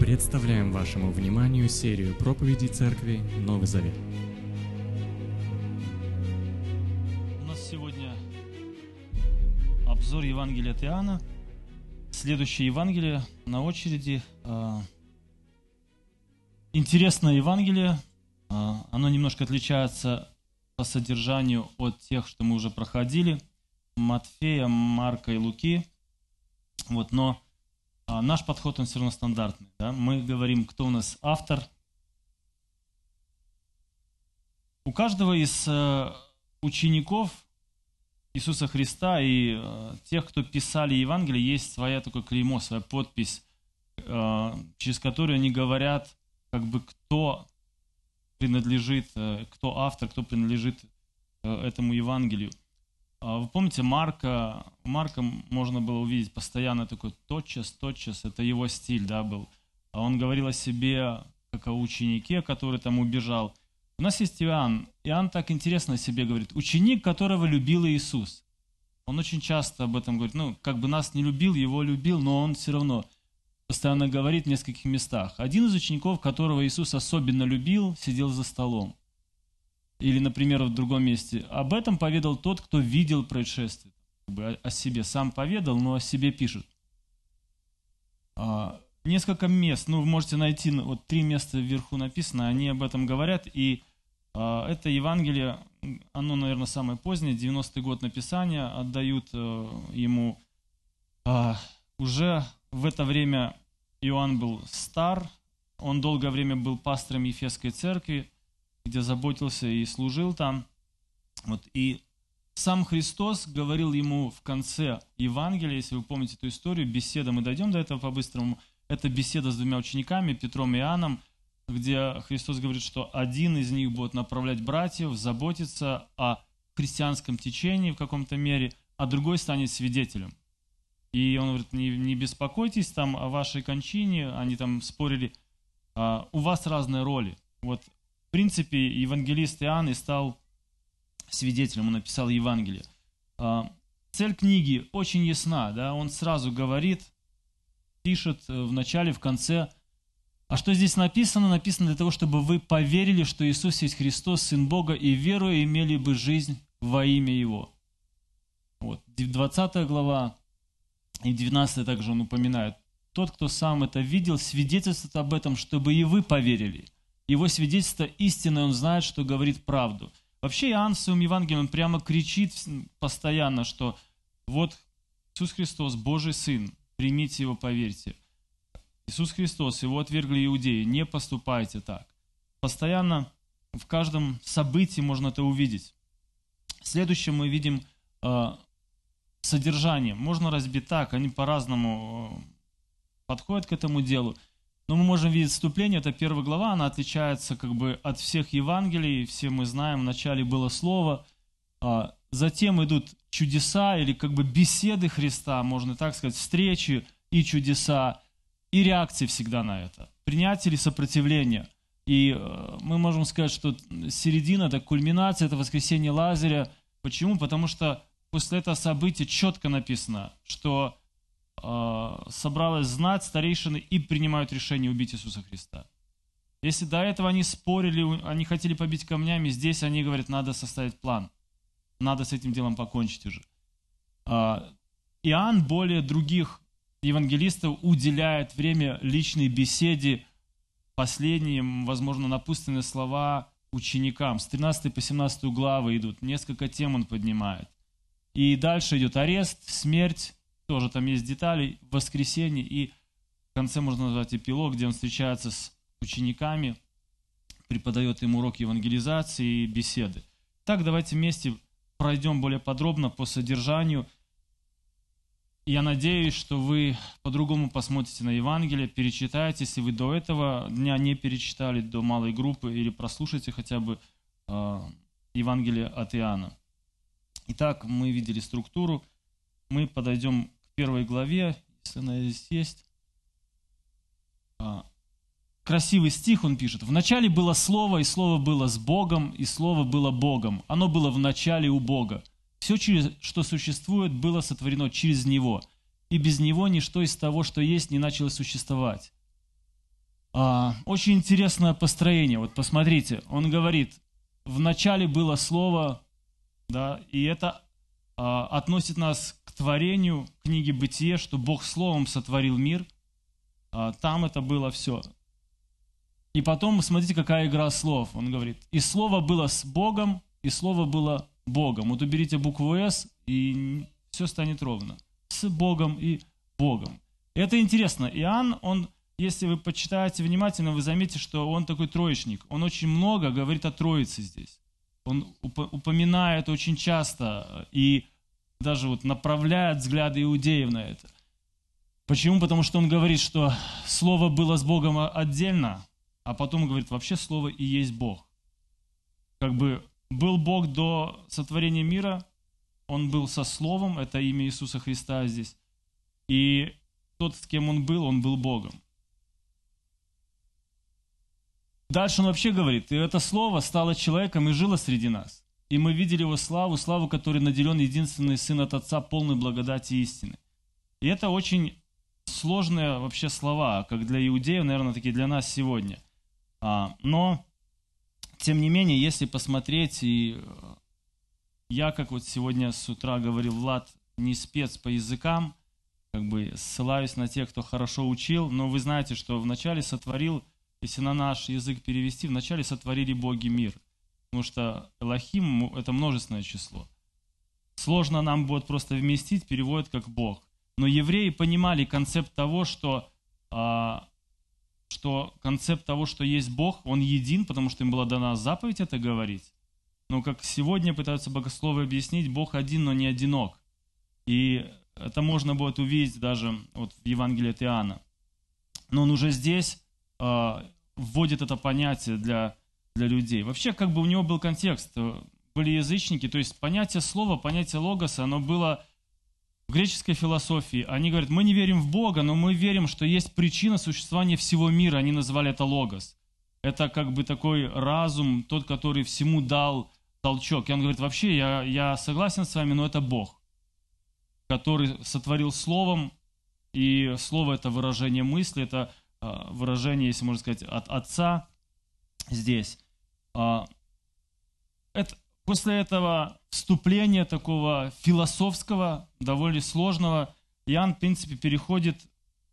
Представляем вашему вниманию серию проповедей Церкви Новый Завет. У нас сегодня обзор Евангелия от Иоанна. Следующее Евангелие на очереди. Интересное Евангелие. Оно немножко отличается по содержанию от тех, что мы уже проходили. Матфея, Марка и Луки. Но наш подход, он все равно стандартный. Да? Мы говорим, кто у нас автор. У каждого из учеников Иисуса Христа и тех, кто писали Евангелие, есть своя такое клеймо, своя подпись, через которую они говорят, кто принадлежит, кто автор, кто принадлежит этому Евангелию. Вы помните, Марка можно было увидеть постоянно такой тотчас, это его стиль, да, был. А он говорил о себе, как о ученике, который там убежал. У нас есть Иоанн. Иоанн так интересно о себе говорит. Ученик, которого любил Иисус. Он очень часто об этом говорит. Нас не любил, его любил, но он все равно постоянно говорит в нескольких местах. Один из учеников, которого Иисус особенно любил, сидел за столом. Или, например, в другом месте. Об этом поведал тот, кто видел происшествие. О себе сам поведал, но о себе пишет. Несколько мест, вы можете найти, 3 места вверху написано, они об этом говорят. И это Евангелие, оно, наверное, самое позднее, 90-й год написания, отдают ему. Уже в это время Иоанн был стар, он долгое время был пастором Ефесской церкви, где заботился и служил там. И сам Христос говорил ему в конце Евангелия, если вы помните эту историю, беседа, мы дойдем до этого по-быстрому, это беседа с 2 учениками, Петром и Иоанном, где Христос говорит, что один из них будет направлять братьев, заботиться о христианском течении в каком-то мере, а другой станет свидетелем. И он говорит, не беспокойтесь там о вашей кончине, они там спорили, у вас разные роли. В принципе, евангелист Иоанн и стал свидетелем, он написал Евангелие. Цель книги очень ясна, да? Он сразу говорит, пишет в начале, в конце. А что здесь написано? Написано для того, чтобы вы поверили, что Иисус есть Христос, Сын Бога, и веруя имели бы жизнь во имя Его. 20 глава и 19 также он упоминает. Тот, кто сам это видел, свидетельствует об этом, чтобы и вы поверили. Его свидетельство истинное, он знает, что говорит правду. Вообще Иоанн в своем Евангелии, он прямо кричит постоянно, что Иисус Христос, Божий Сын, примите Его, поверьте. Иисус Христос, Его отвергли иудеи, не поступайте так. Постоянно в каждом событии можно это увидеть. Следующее мы видим содержание. Можно разбить так, они по-разному подходят к этому делу. Но мы можем видеть вступление, это 1 глава, она отличается от всех Евангелий, все мы знаем, в начале было Слово, затем идут чудеса или беседы Христа, можно так сказать, встречи и чудеса, и реакции всегда на это, принятие или сопротивление. И мы можем сказать, что середина, это кульминация, это воскресение Лазаря. Почему? Потому что после этого события четко написано, что собралась знать, старейшины, и принимают решение убить Иисуса Христа. Если до этого они спорили, они хотели побить камнями, здесь они говорят, надо составить план, надо с этим делом покончить уже. Иоанн более других евангелистов уделяет время личной беседе, последние, возможно, напутственные слова ученикам. С 13 по 17 главы идут, несколько тем он поднимает. И дальше идет арест, смерть, тоже там есть детали, воскресенье, и в конце можно назвать эпилог, где он встречается с учениками, преподает им урок евангелизации и беседы. Так, давайте вместе пройдем более подробно по содержанию. Я надеюсь, что вы по-другому посмотрите на Евангелие, перечитаете, если вы до этого дня не перечитали, до малой группы, или прослушайте хотя бы Евангелие от Иоанна. Итак, мы видели структуру, мы подойдем к 1 главе, если она здесь есть. Красивый стих он пишет. «Вначале было Слово, и Слово было с Богом, и Слово было Богом. Оно было в начале у Бога. Все, что существует, было сотворено через Него, и без Него ничто из того, что есть, не начало существовать. Очень интересное построение. Вот посмотрите, он говорит, в начале было Слово, да, и это относит нас к творению книги «Бытие», что Бог Словом сотворил мир. Там это было все. И потом, смотрите, какая игра слов. Он говорит, и Слово было с Богом, и Слово было Богом. Вот уберите букву «С», и все станет ровно. С Богом и Богом. Это интересно. Иоанн, он, если вы почитаете внимательно, вы заметите, что он такой троечник. Он очень много говорит о Троице здесь. Он упоминает очень часто и даже вот направляет взгляды иудеев на это. Почему? Потому что он говорит, что Слово было с Богом отдельно, а потом говорит, вообще Слово и есть Бог. Как бы был Бог до сотворения мира, Он был со Словом, это имя Иисуса Христа здесь. И тот, с кем Он был Богом. Дальше он вообще говорит, и это Слово стало человеком и жило среди нас. И мы видели Его славу, славу, которой наделен единственный Сын от Отца, полной благодати и истины. И это очень сложные вообще слова, как для иудеев, наверное, такие для нас сегодня. Но, тем не менее, если посмотреть, и я, как вот сегодня с утра говорил Влад, не спец по языкам, как бы ссылаюсь на тех, кто хорошо учил, но вы знаете, что вначале сотворил, если на наш язык перевести, вначале сотворили боги мир, потому что Элохим – это множественное число. Сложно нам будет просто вместить, переводят как Бог. Но евреи понимали концепт того, что есть Бог, Он един, потому что им была дана заповедь это говорить. Но как сегодня пытаются богословы объяснить, Бог один, но не одинок. И это можно будет увидеть даже вот в Евангелии от Иоанна. Но он уже здесь вводит это понятие для людей. Вообще, как бы у него был контекст. Были язычники, то есть понятие слова, понятие логоса, оно было в греческой философии. Они говорят, мы не верим в Бога, но мы верим, что есть причина существования всего мира. Они называли это логос. Это как бы такой разум, тот, который всему дал толчок. И он говорит, вообще, я согласен с вами, но это Бог, который сотворил словом, и слово – это выражение мысли, это выражение, если можно сказать, от Отца здесь. После этого вступления такого философского, довольно сложного, Иоанн, в принципе, переходит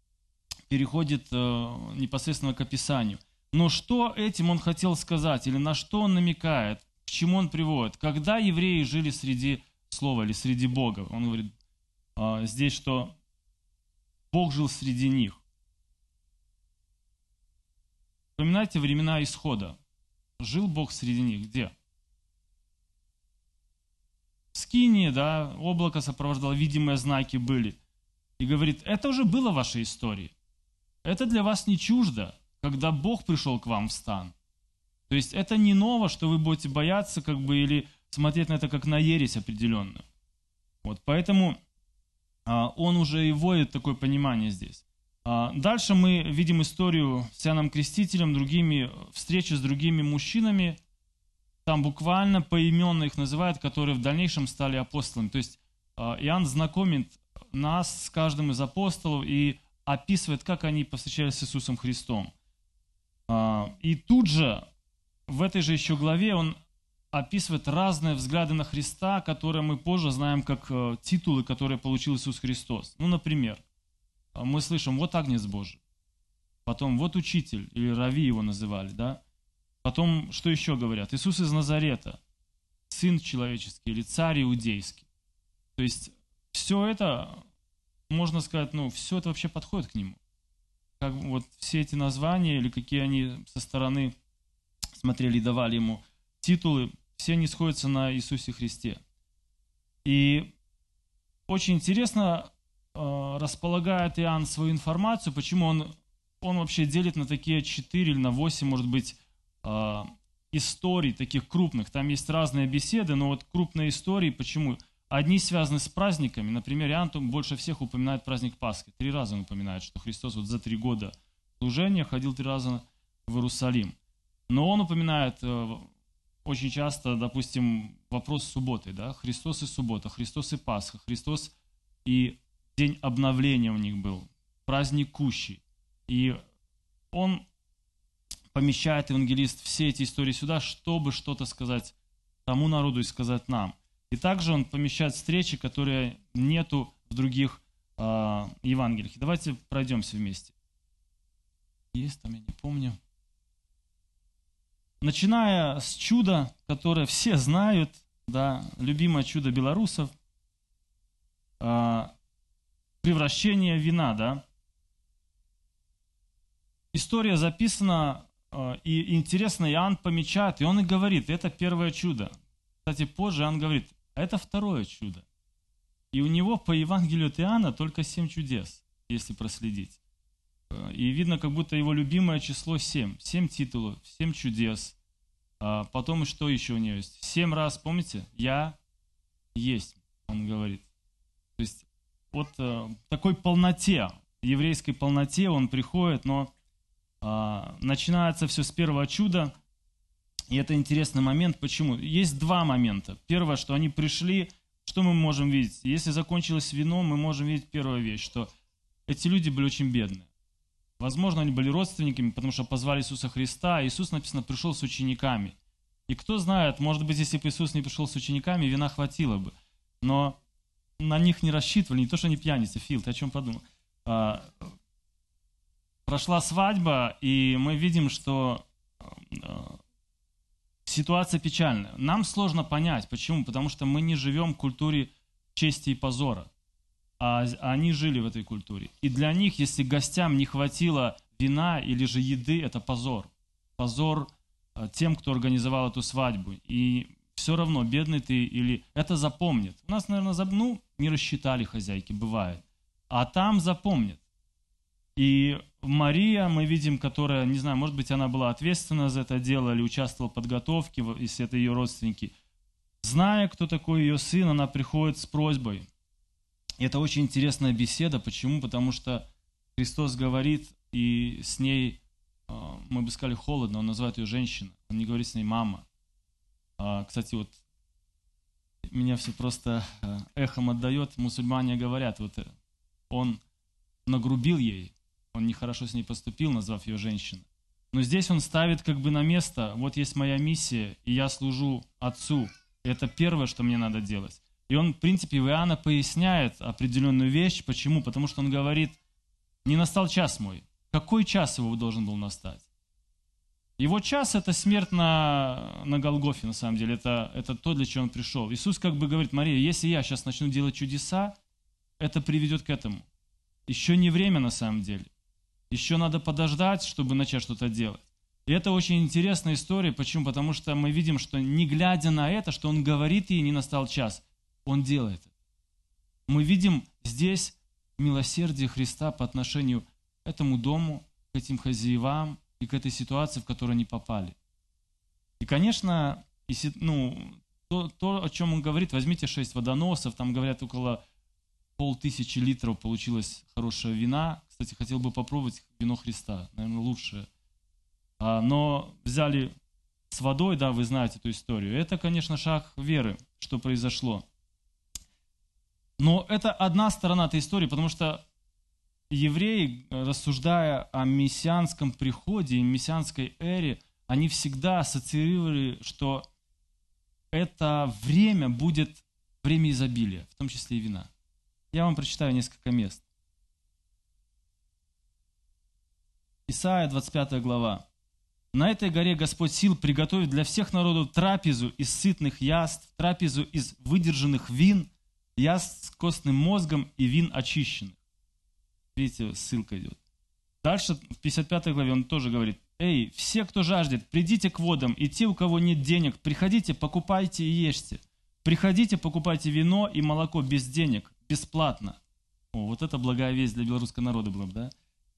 непосредственно к описанию. Но что этим он хотел сказать, или на что он намекает, к чему он приводит? Когда евреи жили среди слова или среди Бога? Он говорит здесь, что Бог жил среди них. Вспоминайте времена Исхода. Жил Бог среди них где? В Скинии, да, облако сопровождало, видимые знаки были. И говорит, это уже было в вашей истории. Это для вас не чуждо, когда Бог пришел к вам в стан. То есть это не ново, что вы будете бояться, как бы, или смотреть на это как на ересь определенную. Вот, поэтому он уже и вводит такое понимание здесь. Дальше мы видим историю с Иоанном Крестителем, встречи с другими мужчинами. Там буквально поименно их называют, которые в дальнейшем стали апостолами. То есть Иоанн знакомит нас с каждым из апостолов и описывает, как они повстречались с Иисусом Христом. И тут же, в этой же еще главе, он описывает разные взгляды на Христа, которые мы позже знаем как титулы, которые получил Иисус Христос. Ну, например, мы слышим, вот Агнец Божий, потом вот Учитель, или Рави его называли, да? Потом, что еще говорят? Иисус из Назарета, Сын человеческий или Царь иудейский. То есть все это, можно сказать, все это вообще подходит к Нему. Как вот все эти названия, или какие они со стороны смотрели и давали Ему титулы, все они сходятся на Иисусе Христе. И очень интересно располагает Иоанн свою информацию, почему он вообще делит на такие 4 или на 8, может быть, историй таких крупных. Там есть разные беседы, но вот крупные истории, почему? Одни связаны с праздниками. Например, Иоанн больше всех упоминает праздник Пасхи. 3 раза он упоминает, что Христос вот за 3 года служения ходил 3 раза в Иерусалим. Но он упоминает очень часто, допустим, вопрос субботы. Да? Христос и суббота, Христос и Пасха, Христос и день обновления у них был, праздник Кущи. И он помещает евангелист все эти истории сюда, чтобы что-то сказать тому народу и сказать нам. И также он помещает встречи, которые нету в других Евангелиях. И давайте пройдемся вместе. Есть там, я не помню. Начиная с чуда, которое все знают, да, любимое чудо белорусов, превращение вина, да. История записана, и интересно, Иоанн помечает, и он и говорит, это первое чудо. Кстати, позже Иоанн говорит, а это второе чудо. И у него по Евангелию от Иоанна только 7 чудес, если проследить. И видно, как будто его любимое число 7. 7 титулов, 7 чудес. Потом, что еще у него есть? 7 раз, помните? «Я есть», он говорит. То есть вот такой полноте, еврейской полноте он приходит, но начинается все с первого чуда. И это интересный момент. Почему? Есть 2 момента. Первое, что они пришли, что мы можем видеть? Если закончилось вино, мы можем видеть первую вещь, что эти люди были очень бедные. Возможно, они были родственниками, потому что позвали Иисуса Христа. Иисус, написано, пришел с учениками. И кто знает, может быть, если бы Иисус не пришел с учениками, вина хватило бы. Но на них не рассчитывали, не то, что они пьяницы. Фил, ты о чем подумал? Прошла свадьба, и мы видим, что ситуация печальная. Нам сложно понять, почему? Потому что мы не живем в культуре чести и позора. А они жили в этой культуре. И для них, если гостям не хватило вина или же еды, это позор. Позор тем, кто организовал эту свадьбу. И все равно, бедный ты или... Это запомнят. У нас, наверное, не рассчитали хозяйки, бывает. А там запомнят. И Мария, мы видим, которая, не знаю, может быть, она была ответственна за это дело или участвовала в подготовке, если это ее родственники. Зная, кто такой ее сын, она приходит с просьбой. И это очень интересная беседа. Почему? Потому что Христос говорит, и с ней, мы бы сказали, холодно, он называет ее женщина. Он не говорит с ней мама. Кстати, вот меня все просто эхом отдает. Мусульмане говорят, вот он нагрубил ей, он нехорошо с ней поступил, назвав ее женщиной. Но здесь он ставит как бы на место, вот есть моя миссия, и я служу Отцу. И это первое, что мне надо делать. И он, в принципе, в Иоанна поясняет определенную вещь. Почему? Потому что он говорит, не настал час мой. Какой час его должен был настать? Его час – это смерть на Голгофе, на самом деле. Это то, для чего он пришел. Иисус как бы говорит, Мария, если я сейчас начну делать чудеса, это приведет к этому. Еще не время на самом деле. Еще надо подождать, чтобы начать что-то делать. И это очень интересная история. Почему? Потому что мы видим, что не глядя на это, что он говорит ей, не настал час, он делает это. Мы видим здесь милосердие Христа по отношению к этому дому, к этим хозяевам и к этой ситуации, в которую они попали. И, конечно, то, о чем он говорит, возьмите 6 водоносов, там говорят около 500 литров получилось хорошего вина. Кстати, хотел бы попробовать вино Христа, наверное, лучшее. Но взяли с водой, да, вы знаете эту историю. Это, конечно, шаг веры, что произошло. Но это одна сторона этой истории, потому что евреи, рассуждая о мессианском приходе и мессианской эре, они всегда ассоциировали, что это время будет время изобилия, в том числе и вина. Я вам прочитаю несколько мест. Исайя, 25 глава. «На этой горе Господь сил приготовит для всех народов трапезу из сытных яств, трапезу из выдержанных вин, яств с костным мозгом и вин очищенных». Видите, ссылка идет. Дальше в 55 главе он тоже говорит, «Эй, все, кто жаждет, придите к водам, и те, у кого нет денег, приходите, покупайте и ешьте. Приходите, покупайте вино и молоко без денег, бесплатно». О, вот это благая весть для белорусского народа была бы, да?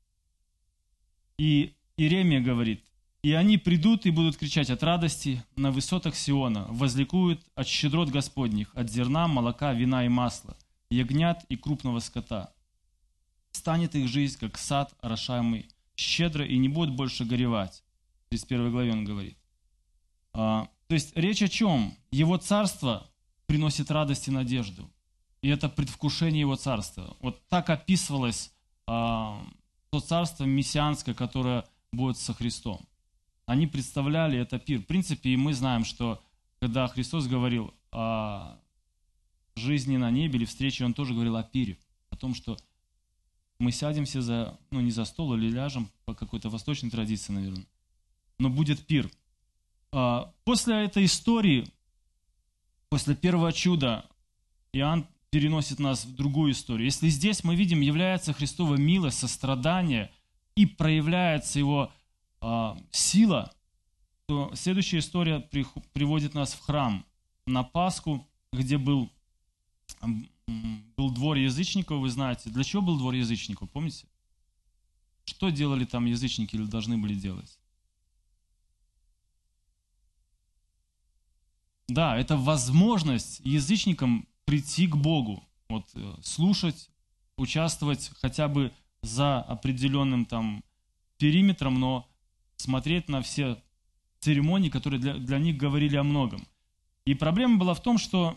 И Иеремия говорит, «И они придут и будут кричать от радости на высотах Сиона, возликуют от щедрот Господних, от зерна, молока, вина и масла, ягнят и крупного скота. Станет их жизнь, как сад, орошаемый щедро, и не будет больше горевать». В 31 главе он говорит. То есть речь о чем? Его царство приносит радость и надежду. И это предвкушение его царства. Вот так описывалось то царство мессианское, которое будет со Христом. они представляли это пир. В принципе, и мы знаем, что когда Христос говорил о жизни на небе или встрече, Он тоже говорил о пире, о том, что мы сядем все не за стол или ляжем по какой-то восточной традиции, наверное, но будет пир. После этой истории, после первого чуда, Иоанн переносит нас в другую историю. Если здесь мы видим, является Христова милость, сострадание и проявляется Его сила, то следующая история приводит нас в храм на Пасху, где был двор язычников, вы знаете. Для чего был двор язычников, помните? Что делали там язычники или должны были делать? Да, это возможность язычникам прийти к Богу, слушать, участвовать хотя бы за определенным там периметром, но смотреть на все церемонии, которые для них говорили о многом. И проблема была в том, что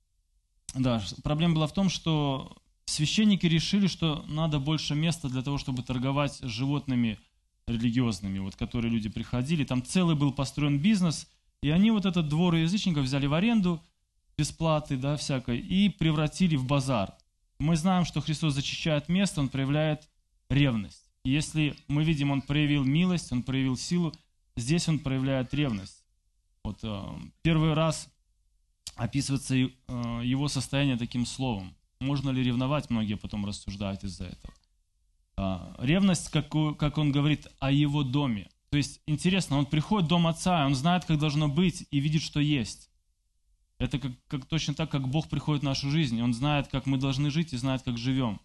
священники решили, что надо больше места для того, чтобы торговать с животными религиозными, которые люди приходили. Там целый был построен бизнес, и они этот двор язычников взяли в аренду без платы, всякой, и превратили в базар. Мы знаем, что Христос зачищает место, Он проявляет ревность. И если мы видим, Он проявил милость, Он проявил силу, здесь Он проявляет ревность. Первый раз описывается Его состояние таким словом. Можно ли ревновать? Многие потом рассуждают из-за этого. Ревность, как Он говорит о Его доме. То есть, интересно, Он приходит в дом Отца, Он знает, как должно быть, и видит, что есть. Это точно так, как Бог приходит в нашу жизнь. Он знает, как мы должны жить, и знает, как живем.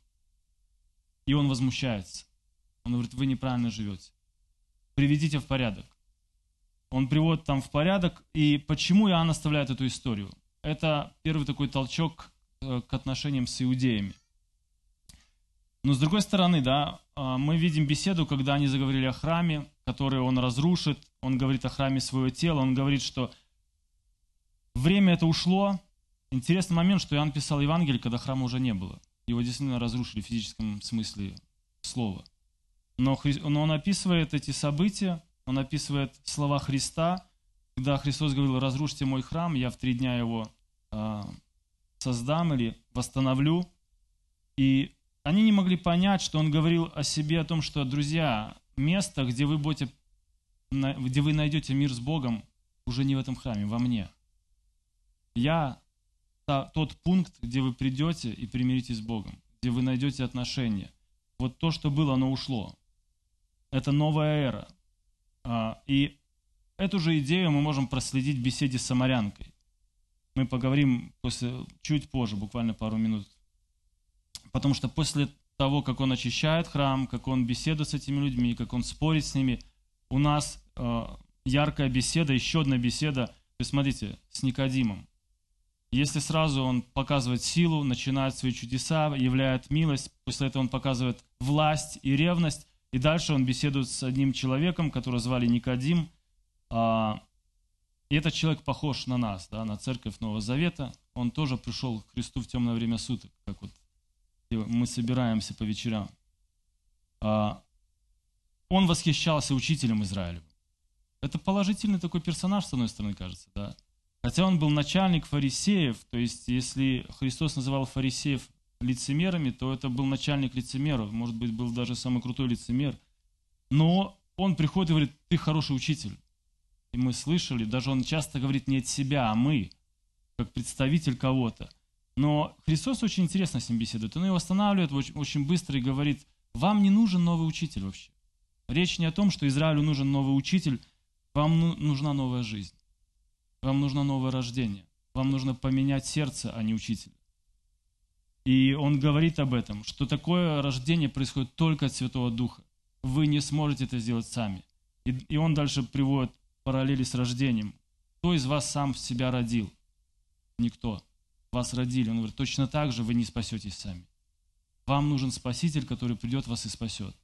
И Он возмущается. Он говорит: вы неправильно живете. Приведите в порядок. Он приводит там в порядок. И почему Иоанн оставляет эту историю? Это первый такой толчок к отношениям с иудеями. Но с другой стороны, мы видим беседу, когда они заговорили о храме, который Он разрушит. Он говорит о храме своего тела. Он говорит, что время это ушло. Интересный момент, что Иоанн писал Евангелие, когда храма уже не было. Его действительно разрушили в физическом смысле слова. Но он описывает эти события, он описывает слова Христа, когда Христос говорил: разрушьте мой храм, я в 3 дня его создам или восстановлю. И они не могли понять, что Он говорил о себе, о том, что, друзья, место, где вы найдете мир с Богом, уже не в этом храме, во мне. Я тот пункт, где вы придете и примиритесь с Богом, где вы найдете отношения. То, что было, оно ушло. Это новая эра. И эту же идею мы можем проследить в беседе с самарянкой. Мы поговорим чуть позже, буквально пару минут. Потому что после того, как Он очищает храм, как Он беседует с этими людьми, как Он спорит с ними, у нас яркая беседа, еще одна беседа. То есть, смотрите, с Никодимом. Если сразу Он показывает силу, начинает свои чудеса, являет милость, после этого Он показывает власть и ревность, и дальше Он беседует с одним человеком, которого звали Никодим. И этот человек похож на нас, на церковь Нового Завета. Он тоже пришел к Христу в темное время суток, как мы собираемся по вечерам. Он восхищался учителем Израилевым. Это положительный такой персонаж, с одной стороны, кажется, Хотя он был начальник фарисеев, то есть если Христос называл фарисеев лицемерами, то это был начальник лицемеров, может быть, был даже самый крутой лицемер. Но он приходит и говорит: ты хороший учитель. И мы слышали, даже он часто говорит не от себя, а мы, как представитель кого-то. Но Христос очень интересно с ним беседует. Он его останавливает очень быстро и говорит: вам не нужен новый учитель вообще. Речь не о том, что Израилю нужен новый учитель, вам нужна новая жизнь. Вам нужно новое рождение. Вам нужно поменять сердце, а не учителя. И он говорит об этом, что такое рождение происходит только от Святого Духа. Вы не сможете это сделать сами. И он дальше приводит параллели с рождением. Кто из вас сам себя родил? Никто. Вас родили. Он говорит: точно так же вы не спасетесь сами. Вам нужен Спаситель, который придет вас и спасет.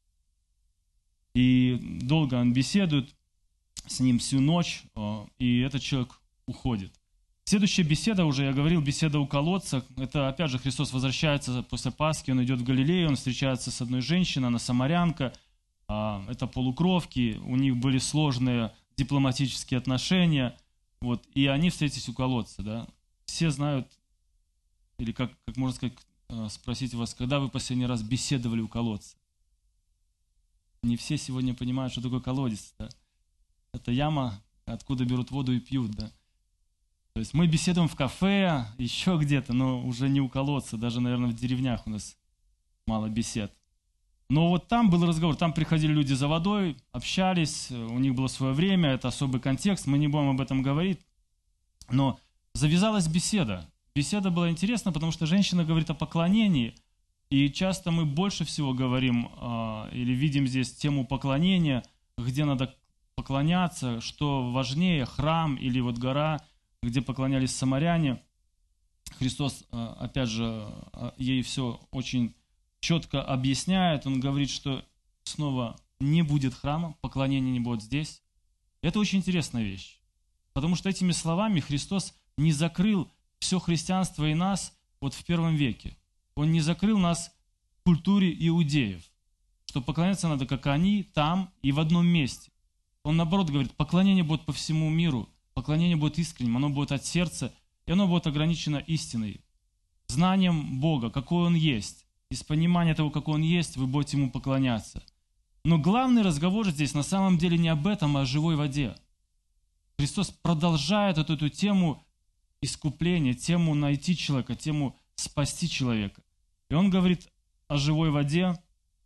И долго он беседует с ним всю ночь, и этот человек уходит. Следующая беседа, уже я говорил, беседа у колодца. Это опять же Христос возвращается после Пасхи, Он идет в Галилею, Он встречается с одной женщиной, она самарянка. это полукровки, у них были сложные дипломатические отношения, вот, и они встретились у колодца, да. Все знают, или как можно сказать, спросить вас, когда вы последний раз беседовали у колодца? Не все сегодня понимают, что такое колодец, да. Это яма, откуда берут воду и пьют, да. То есть мы беседуем в кафе, еще где-то, но уже не у колодца, даже, наверное, в деревнях у нас мало бесед. Но вот там был разговор, там приходили люди за водой, общались, у них было свое время, это особый контекст, мы не будем об этом говорить. Но завязалась беседа. Беседа была интересна, потому что женщина говорит о поклонении, и часто мы больше всего говорим или видим здесь тему поклонения, где надо поклоняться, что важнее, храм или вот гора, где поклонялись самаряне. Христос, опять же, ей все очень четко объясняет, он говорит, что снова не будет храма, поклонения не будет здесь. Это очень интересная вещь, потому что этими словами Христос не закрыл все христианство и нас вот в первом веке. Он не закрыл нас в культуре иудеев, что поклоняться надо, как они, там и в одном месте. Он наоборот говорит, поклонение будет по всему миру, поклонение будет искренним, оно будет от сердца, и оно будет ограничено истиной, знанием Бога, какой Он есть. Из понимания того, какой Он есть, вы будете Ему поклоняться. Но главный разговор здесь на самом деле не об этом, а о живой воде. Христос продолжает эту тему искупления, тему найти человека, тему спасти человека. И Он говорит о живой воде,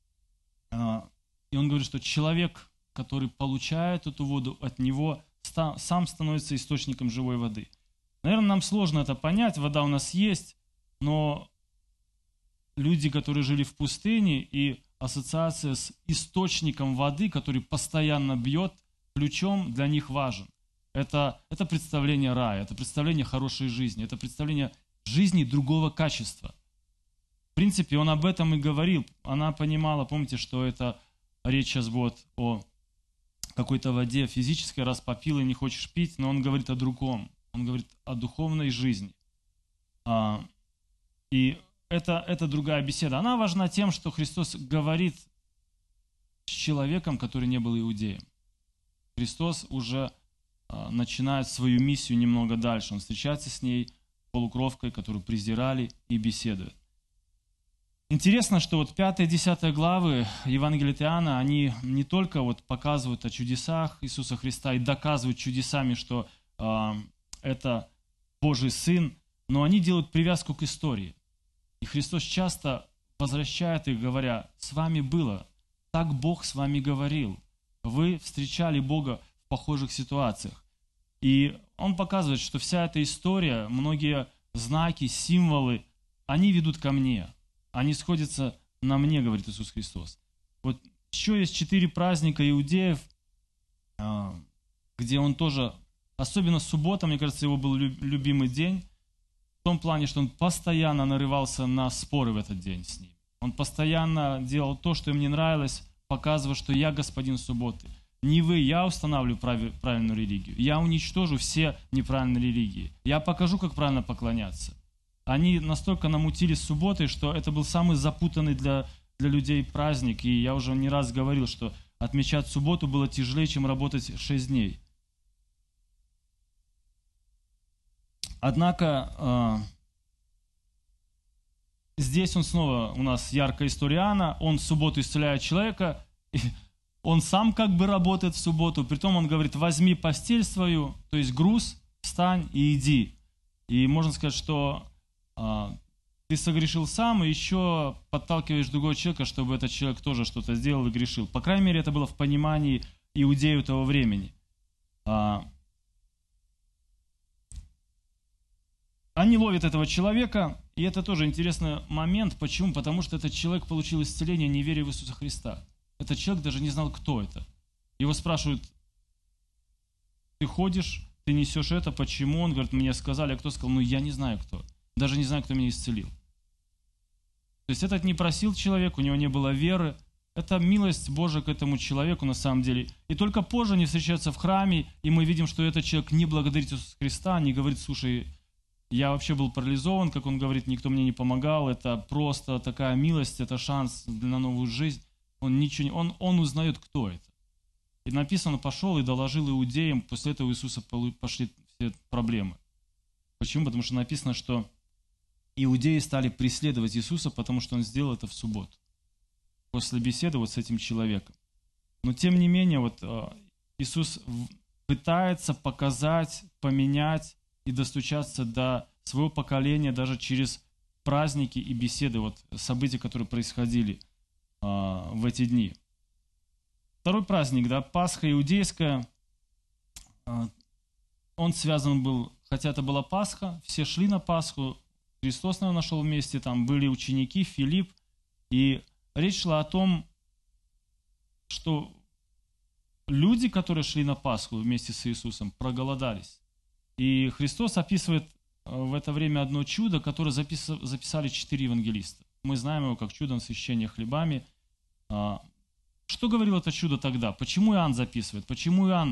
и Он говорит, что человек, который получает эту воду от Него, сам становится источником живой воды. Наверное, нам сложно это понять, вода у нас есть, но люди, которые жили в пустыне, и ассоциация с источником воды, который постоянно бьет ключом, для них важен. Это представление рая, это представление хорошей жизни, это представление жизни другого качества. В принципе, он об этом и говорил. Она понимала, помните, что это речь сейчас будет о какой-то воде физической, раз попил и не хочешь пить, но он говорит о другом. Он говорит о духовной жизни. И это другая беседа. Она важна тем, что Христос говорит с человеком, который не был иудеем. Христос уже начинает свою миссию немного дальше. Он встречается с ней, полукровкой, которую презирали, и беседует. Интересно, что вот 5-10 главы Евангелия от Иоанна, они не только вот показывают о чудесах Иисуса Христа и доказывают чудесами, что это Божий Сын, но они делают привязку к истории. И Христос часто возвращает их, говоря, «С вами было, так Бог с вами говорил». Вы встречали Бога в похожих ситуациях. И Он показывает, что вся эта история, многие знаки, символы, они ведут ко мне. Они сходятся на мне, говорит Иисус Христос. Вот еще есть 4 праздника иудеев, где Он тоже, особенно суббота, мне кажется, его был любимый день, в том плане, что он постоянно нарывался на споры в этот день с ним. Он постоянно делал то, что им не нравилось, показывая, что я господин субботы. Не вы, я устанавливаю правильную религию. Я уничтожу все неправильные религии. Я покажу, как правильно поклоняться. Они настолько намутили с субботой, что это был самый запутанный для людей праздник. И я уже не раз говорил, что отмечать субботу было тяжелее, чем работать 6 дней. Однако здесь он снова, у нас яркая история Иоанна, он в субботу исцеляет человека, и он сам как бы работает в субботу, притом он говорит, возьми постель свою, то есть груз, встань и иди. И можно сказать, что ты согрешил сам, и еще подталкиваешь другого человека, чтобы этот человек тоже что-то сделал и грешил. По крайней мере, это было в понимании иудеев того времени. Они ловят этого человека, и это тоже интересный момент. Почему? Потому что этот человек получил исцеление, не веря в Иисуса Христа. Этот человек даже не знал, кто это. Его спрашивают, ты ходишь, ты несешь это, почему? Он говорит, мне сказали, а кто сказал? Ну, я не знаю, кто. Даже не знаю, кто меня исцелил. То есть этот не просил человек, у него не было веры. Это милость Божия к этому человеку на самом деле. И только позже они встречаются в храме, и мы видим, что этот человек не благодарит Иисуса Христа, не говорит, слушай, я вообще был парализован, как он говорит, никто мне не помогал, это просто такая милость, это шанс на новую жизнь. Он он узнает, кто это. И написано, пошел и доложил иудеям, после этого у Иисуса пошли все проблемы. Почему? Потому что написано, что иудеи стали преследовать Иисуса, потому что он сделал это в субботу. После беседы вот с этим человеком. Но тем не менее, вот Иисус пытается показать, поменять и достучаться до своего поколения даже через праздники и беседы, вот события, которые происходили в эти дни. Второй праздник, да, Пасха иудейская, он связан был, хотя это была Пасха, все шли на Пасху, Христос, наверное, нашел вместе, там были ученики, Филипп, и речь шла о том, что люди, которые шли на Пасху вместе с Иисусом, проголодались. И Христос описывает в это время одно чудо, которое записали 4 евангелиста. Мы знаем его как чудо насыщения хлебами. Что говорило это чудо тогда? Почему Иоанн записывает? Почему Иоанн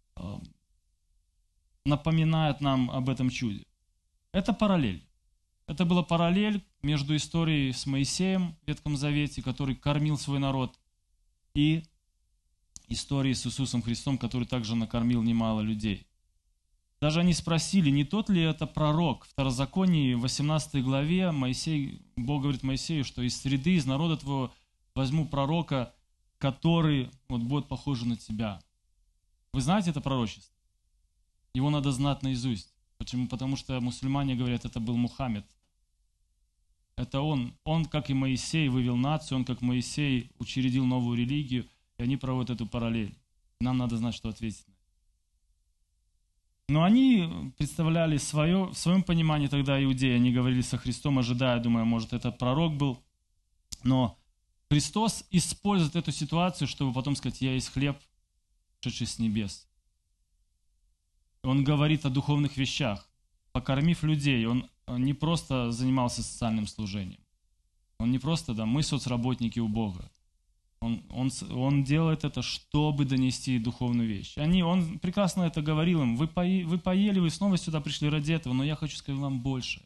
напоминает нам об этом чуде? Это параллель. Это была параллель между историей с Моисеем в Ветхом Завете, который кормил свой народ, и историей с Иисусом Христом, который также накормил немало людей. Даже они спросили, не тот ли это пророк. В Второзаконии, в 18 главе, Бог говорит Моисею, что из среды, из народа твоего возьму пророка, который вот будет похож на тебя. Вы знаете это пророчество? Его надо знать наизусть. Почему? Потому что мусульмане говорят, это был Мухаммед. Это он, как и Моисей, вывел нацию, он, как Моисей, учредил новую религию, и они проводят эту параллель. Нам надо знать, что ответить. Но они представляли в своем понимании тогда иудеи, они говорили со Христом, ожидая, думая, может, это пророк был. Но Христос использует эту ситуацию, чтобы потом сказать, я есть хлеб, шедший с небес. Он говорит о духовных вещах. Покормив людей, он не просто занимался социальным служением. Он не просто, мы соцработники у Бога. Он делает это, чтобы донести духовную вещь. Он прекрасно это говорил им. Вы поели, вы снова сюда пришли ради этого, но я хочу сказать вам больше.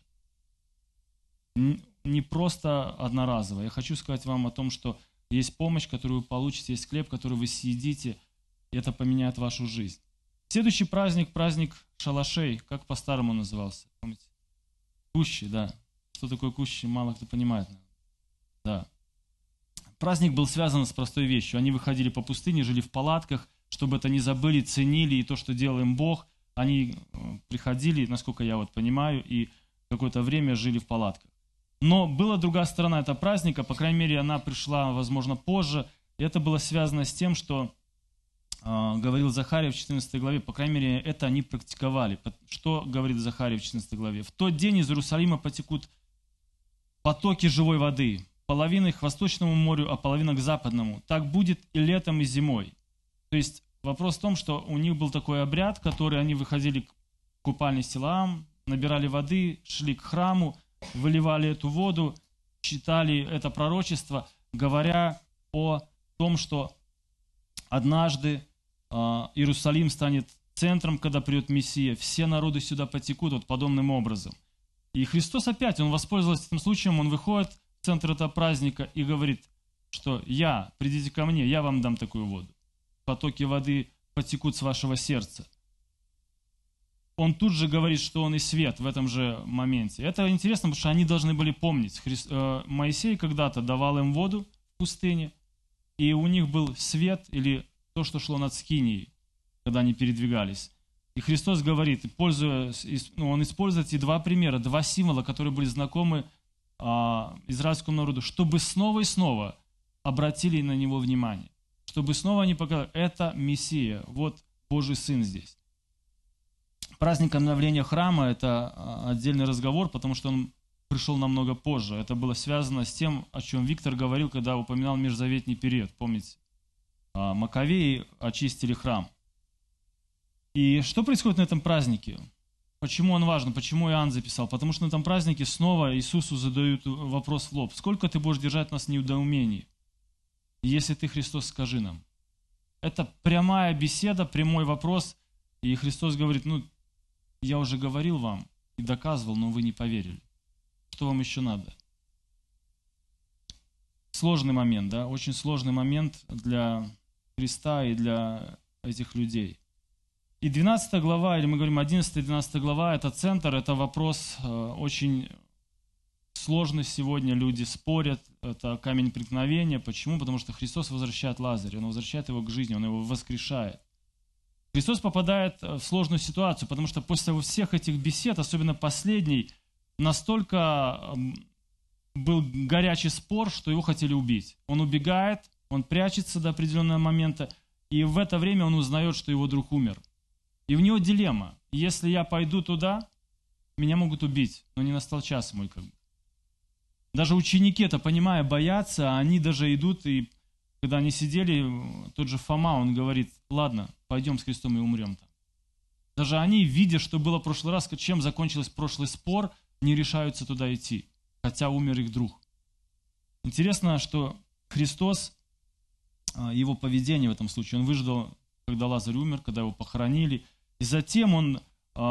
Не просто одноразово. Я хочу сказать вам о том, что есть помощь, которую вы получите, есть хлеб, который вы съедите, и это поменяет вашу жизнь. Следующий праздник, праздник шалашей, как по-старому назывался, помните? Кущи, да. Что такое кущи, мало кто понимает. Да. Праздник был связан с простой вещью. Они выходили по пустыне, жили в палатках, чтобы это не забыли, ценили, и то, что делал им Бог. Они приходили, насколько я вот понимаю, и какое-то время жили в палатках. Но была другая сторона этого праздника, по крайней мере, она пришла, возможно, позже. И это было связано с тем, что говорил Захария в 14 главе, по крайней мере, это они практиковали. Что говорит Захария в 14 главе? «В тот день из Иерусалима потекут потоки живой воды, половина к восточному морю, а половина к западному. Так будет и летом, и зимой». То есть вопрос в том, что у них был такой обряд, который они выходили к купальне Силаам, набирали воды, шли к храму, выливали эту воду, читали это пророчество, говоря о том, что однажды Иерусалим станет центром, когда придет Мессия. Все народы сюда потекут вот подобным образом. И Христос опять, Он воспользовался этим случаем, Он выходит в центр этого праздника и говорит, что придите ко мне, я вам дам такую воду. Потоки воды потекут с вашего сердца. Он тут же говорит, что Он и свет в этом же моменте. Это интересно, потому что они должны были помнить. Моисей когда-то давал им воду в пустыне, и у них был свет или то, что шло над Скинией, когда они передвигались. И Христос говорит, Он использует эти два примера, два символа, которые были знакомы израильскому народу, чтобы снова и снова обратили на Него внимание. Чтобы снова они показали, это Мессия, вот Божий Сын здесь. Праздник обновления храма – это отдельный разговор, потому что он пришел намного позже. Это было связано с тем, о чем Виктор говорил, когда упоминал межзаветный период. Помните, Маковеи очистили храм. И что происходит на этом празднике? Почему он важен? Почему Иоанн записал? Потому что на этом празднике снова Иисусу задают вопрос в лоб. Сколько ты будешь держать нас в недоумении? Если ты Христос, скажи нам. Это прямая беседа, прямой вопрос. И Христос говорит, я уже говорил вам и доказывал, но вы не поверили. Что вам еще надо? сложный момент, да, очень сложный момент для Христа и для этих людей. И 12 глава, или мы говорим 11-12 глава, это центр, это вопрос очень сложный сегодня, люди спорят, это камень преткновения. Почему? Потому что Христос возвращает Лазаря, Он возвращает его к жизни, Он его воскрешает. Христос попадает в сложную ситуацию, потому что после всех этих бесед, особенно последней, настолько был горячий спор, что его хотели убить. Он убегает, он прячется до определенного момента, и в это время он узнает, что его друг умер. И у него дилемма. Если я пойду туда, меня могут убить, но не настал час мой как бы. Даже ученики это понимая, боятся, а они даже идут, и когда они сидели, тот же Фома, он говорит, ладно, пойдем с Христом и умрем там. Даже они, видя, что было в прошлый раз, чем закончился прошлый спор, не решаются туда идти, хотя умер их друг. Интересно, что Христос, его поведение в этом случае, он выждал, когда Лазарь умер, когда его похоронили, и затем он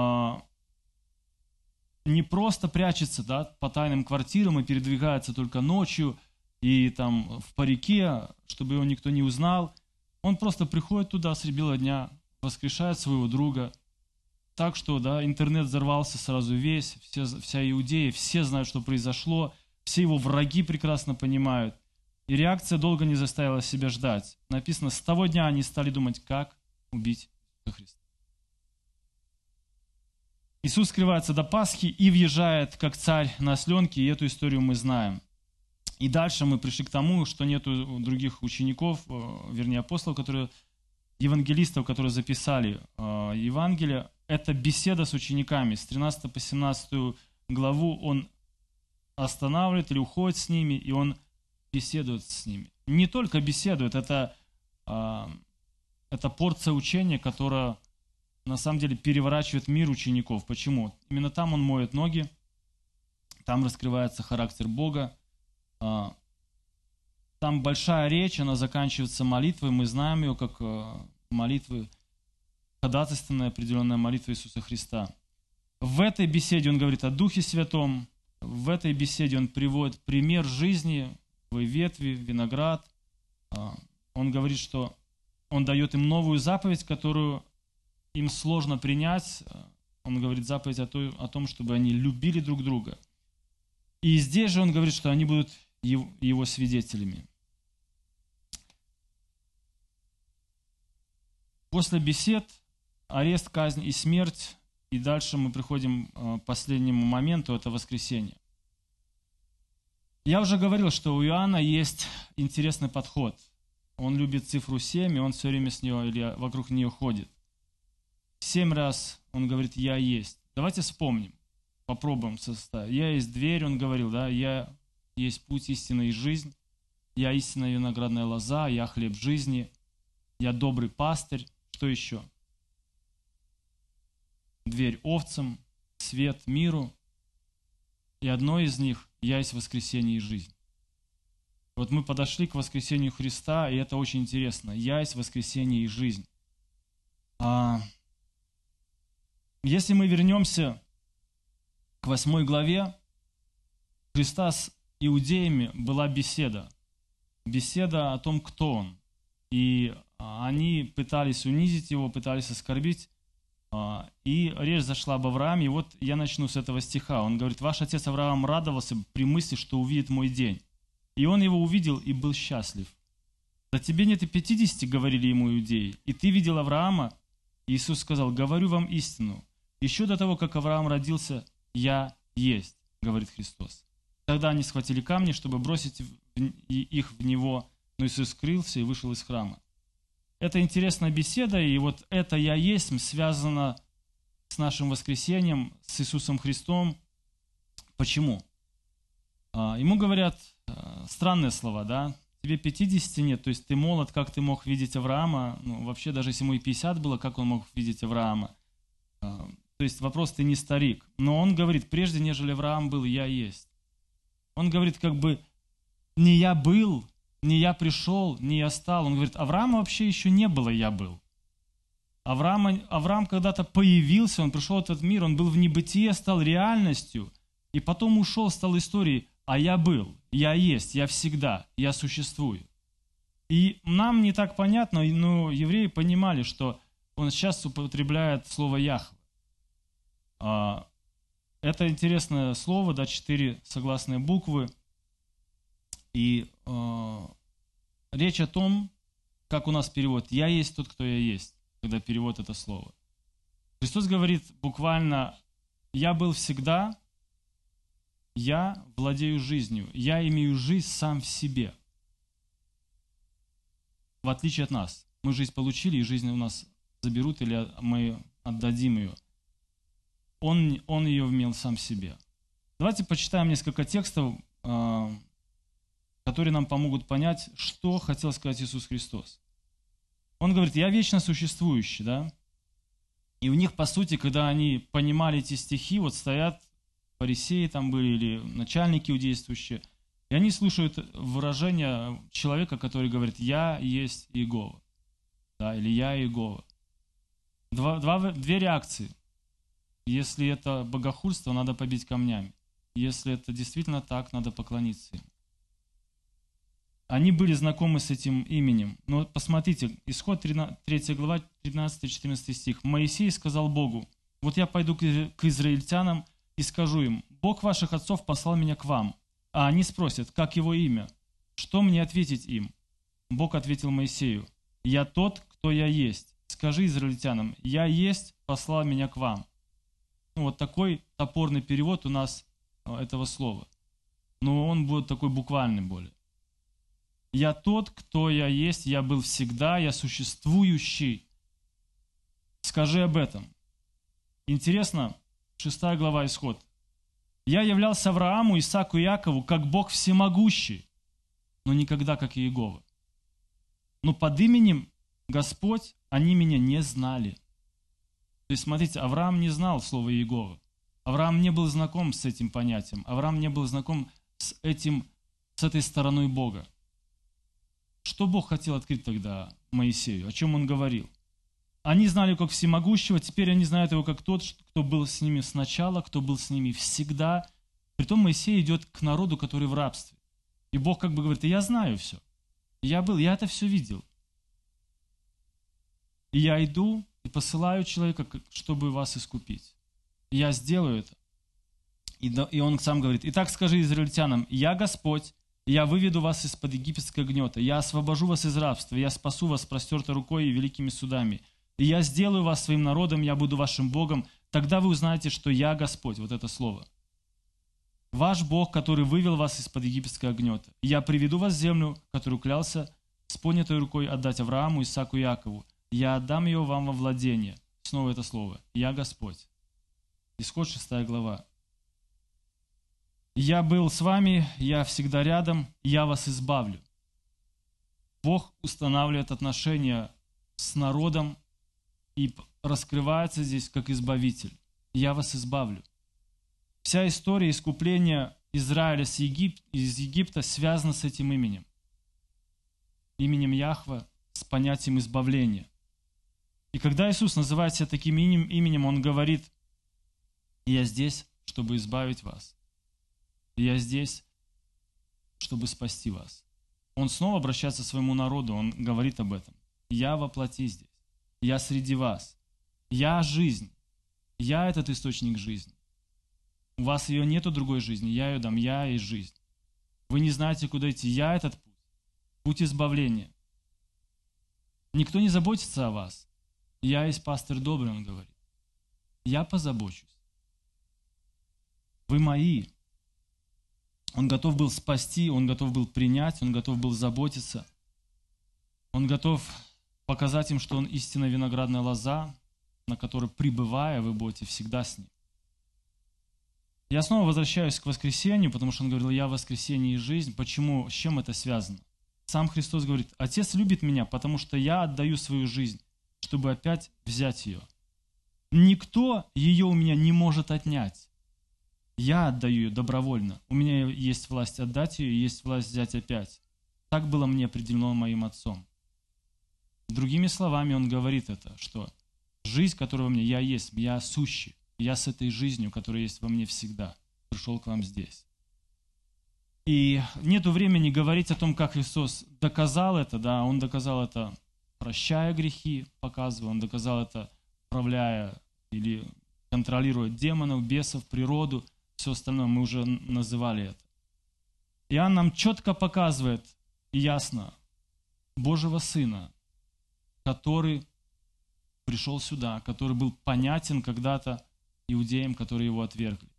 не просто прячется, да, по тайным квартирам и передвигается только ночью и там в парике, чтобы его никто не узнал. Он просто приходит туда среди бела дня, воскрешает своего друга, так что, да, интернет взорвался сразу весь, вся Иудея, все знают, что произошло, все его враги прекрасно понимают. И реакция долго не заставила себя ждать. Написано, с того дня они стали думать, как убить Христа. Иисус скрывается до Пасхи и въезжает как царь на осленке, и эту историю мы знаем. И дальше мы пришли к тому, что нету других учеников, вернее апостолов, евангелистов, которые записали Евангелие. Это беседа с учениками. С 13 по 17 главу он останавливает или уходит с ними, и он беседует с ними. Не только беседует, это порция учения, которая на самом деле переворачивает мир учеников. Почему? Именно там он моет ноги, там раскрывается характер Бога, там большая речь, она заканчивается молитвой, мы знаем ее как молитвы, ходатайственная определенная молитва Иисуса Христа. В этой беседе он говорит о Духе Святом, в этой беседе он приводит пример жизни, ветви, виноград. Он говорит, что он дает им новую заповедь, которую им сложно принять. Он говорит заповедь о том, чтобы они любили друг друга. И здесь же он говорит, что они будут его свидетелями. После бесед арест, казнь и смерть. И дальше мы приходим к последнему моменту, это воскресение. Я уже говорил, что у Иоанна есть интересный подход. Он любит цифру 7, и он все время с нее или вокруг нее ходит. 7 раз он говорит «Я есть». Давайте вспомним, попробуем составить. «Я есть дверь», он говорил, да, «Я есть путь, истина и жизнь», «Я истинная виноградная лоза», «Я хлеб жизни», «Я добрый пастырь». Что еще? Дверь овцам, свет миру. И одно из них – «Я есть воскресение и жизнь». Вот мы подошли к воскресению Христа, и это очень интересно. «Я есть воскресение и жизнь». Если мы вернемся к 8 главе, Христа с иудеями была беседа. Беседа о том, кто он. И они пытались унизить его, пытались оскорбить. И речь зашла об Аврааме. И вот я начну с этого стиха. Он говорит, ваш отец Авраам радовался при мысли, что увидит мой день. И он его увидел и был счастлив. Да тебе нет и 50, говорили ему иудеи. И ты видел Авраама? Иисус сказал, говорю вам истину. Еще до того, как Авраам родился, я есть, говорит Христос. Тогда они схватили камни, чтобы бросить их в него, но Иисус скрылся и вышел из храма. Это интересная беседа, и вот это «Я есть» связано с нашим воскресением, с Иисусом Христом. Почему? Ему говорят странные слова, да? Тебе 50 нет, то есть ты молод, как ты мог видеть Авраама? Ну, вообще, даже если ему и 50 было, как он мог видеть Авраама? То есть вопрос, ты не старик. Но он говорит, прежде нежели Авраам был, я есть. Он говорит, как бы, не я был, не я пришел, не я стал. Он говорит, Авраама вообще еще не было, я был. Авраам когда-то появился, он пришел в этот мир, он был в небытие, стал реальностью, и потом ушел, стал историей. а я был, я есть, я всегда, я существую. И нам не так понятно, но евреи понимали, что он сейчас употребляет слово Яхве. Это интересное слово, да, 4 согласные буквы. И речь о том, как у нас перевод «Я есть тот, кто я есть», когда перевод это слово. Христос говорит буквально «Я был всегда, я владею жизнью, я имею жизнь сам в себе». В отличие от нас. Мы жизнь получили, и жизнь у нас заберут, или мы отдадим ее. Он ее имел сам в себе. Давайте почитаем несколько текстов, которые нам помогут понять, что хотел сказать Иисус Христос. Он говорит, я вечно существующий, да? И у них, по сути, когда они понимали эти стихи, вот стоят фарисеи там были, или начальники иудействующие, и они слушают выражение человека, который говорит, я есть Иегова, да, или я Иегова. Две реакции. Если это богохульство, надо побить камнями. Если это действительно так, надо поклониться им. Они были знакомы с этим именем. Но посмотрите, Исход 3 глава, 13-14 стих. Моисей сказал Богу, вот я пойду к израильтянам и скажу им, Бог ваших отцов послал меня к вам. А они спросят, как его имя? Что мне ответить им? Бог ответил Моисею, я тот, кто я есть. Скажи израильтянам, я есть, послал меня к вам. Вот такой топорный перевод у нас этого слова. Но он будет такой буквальный более. Я тот, кто я есть, я был всегда, я существующий. Скажи об этом. Интересно, 6 глава Исход. Я являлся Аврааму, Исааку и Якову, как Бог всемогущий, но никогда как Иегова. Но под именем Господь они меня не знали. То есть, смотрите, Авраам не знал слова Иегова. Авраам не был знаком с этим понятием. Авраам не был знаком с этой стороной Бога. Что Бог хотел открыть тогда Моисею? О чем он говорил? Они знали как всемогущего, теперь они знают его как тот, кто был с ними сначала, кто был с ними всегда. Притом Моисей идет к народу, который в рабстве. И Бог как бы говорит, я знаю все. Я это все видел. И я иду и посылаю человека, чтобы вас искупить. И я сделаю это. И он сам говорит, итак скажи израильтянам, я Господь, я выведу вас из-под египетского гнета, я освобожу вас из рабства, я спасу вас простертой рукой и великими судами. И я сделаю вас своим народом, я буду вашим Богом, тогда вы узнаете, что я Господь, вот это слово. Ваш Бог, который вывел вас из-под египетского гнета. И я приведу вас в землю, которую клялся с поднятой рукой отдать Аврааму, Исааку и Якову. Я отдам ее вам во владение. Снова это слово. Я Господь. Исход 6 глава. Я был с вами, я всегда рядом, я вас избавлю. Бог устанавливает отношения с народом и раскрывается здесь как избавитель. Я вас избавлю. Вся история искупления Израиля из Египта связана с этим именем. Именем Яхве, с понятием избавления. И когда Иисус называет себя таким именем, Он говорит, я здесь, чтобы избавить вас. Я здесь, чтобы спасти вас. Он снова обращается к своему народу, он говорит об этом. Я воплоти здесь, я среди вас, я жизнь, я этот источник жизни. У вас ее нету другой жизни, я ее дам, я есть жизнь. Вы не знаете, куда идти, я этот путь, путь избавления. Никто не заботится о вас. Я есть пастырь добрый, он говорит. Я позабочусь. Вы мои. Он готов был спасти, он готов был принять, он готов был заботиться. Он готов показать им, что он истинная виноградная лоза, на которой, пребывая, вы будете всегда с ним. Я снова возвращаюсь к воскресению, потому что он говорил, я воскресение и жизнь. Почему? С чем это связано? Сам Христос говорит, Отец любит меня, потому что я отдаю свою жизнь, чтобы опять взять ее. Никто ее у меня не может отнять. Я отдаю ее добровольно. У меня есть власть отдать ее, есть власть взять опять. Так было мне определено моим Отцом. Другими словами, он говорит это, что жизнь, которая во мне, я есть, я сущий. Я с этой жизнью, которая есть во мне всегда, пришел к вам здесь. И нету времени говорить о том, как Христос доказал это, да, Он доказал это, прощая грехи, показывая, Он доказал это, управляя или контролируя демонов, бесов, природу, все остальное, мы уже называли это. Иоанн нам четко показывает и ясно Божьего Сына, который пришел сюда, который был понятен когда-то иудеям, которые его отвергли.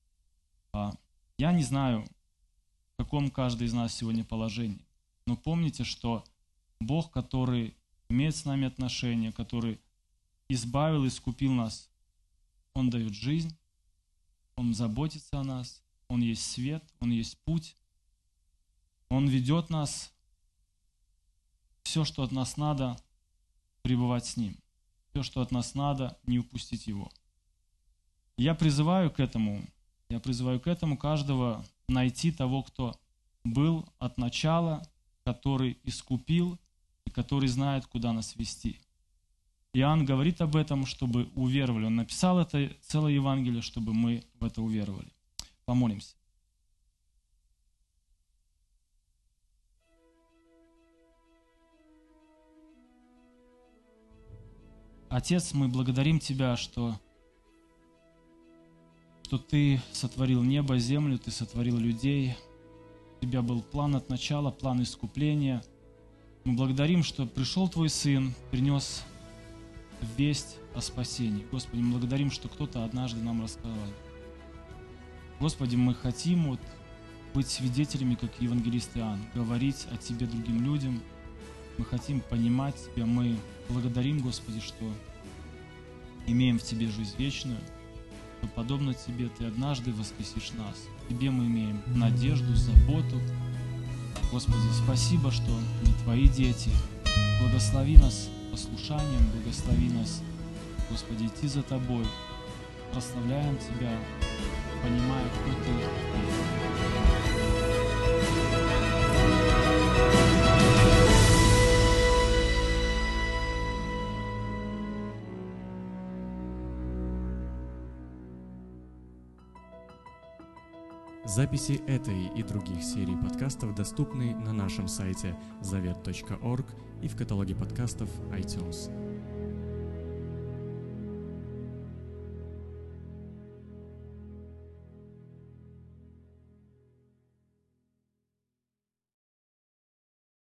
Я не знаю, в каком каждый из нас сегодня положении, но помните, что Бог, который имеет с нами отношения, который избавил и искупил нас, Он дает жизнь, Он заботится о нас, Он есть свет, Он есть путь, Он ведет нас. Все, что от нас надо, пребывать с Ним. Все, что от нас надо, не упустить Его. Я призываю к этому каждого найти того, кто был от начала, который искупил и который знает, куда нас вести. Иоанн говорит об этом, чтобы уверовали. Он написал это целое Евангелие, чтобы мы в это уверовали. Помолимся. Отец, мы благодарим Тебя, что Ты сотворил небо, землю, Ты сотворил людей. У Тебя был план от начала, план искупления. Мы благодарим, что пришел Твой Сын, принес весть о спасении. Господи, мы благодарим, что кто-то однажды нам рассказал. Господи, мы хотим быть свидетелями, как евангелист Иоанн, говорить о Тебе другим людям. Мы хотим понимать Тебя. Мы благодарим, Господи, что имеем в Тебе жизнь вечную, что подобно Тебе Ты однажды воскресишь нас. В Тебе мы имеем надежду, заботу. Господи, спасибо, что мы Твои дети. Благослови нас послушанием, благослови нас, Господи, идти за Тобой. Прославляем Тебя, понимая, кто Ты есть. Записи этой и других серий подкастов доступны на нашем сайте завет.орг и в каталоге подкастов iTunes.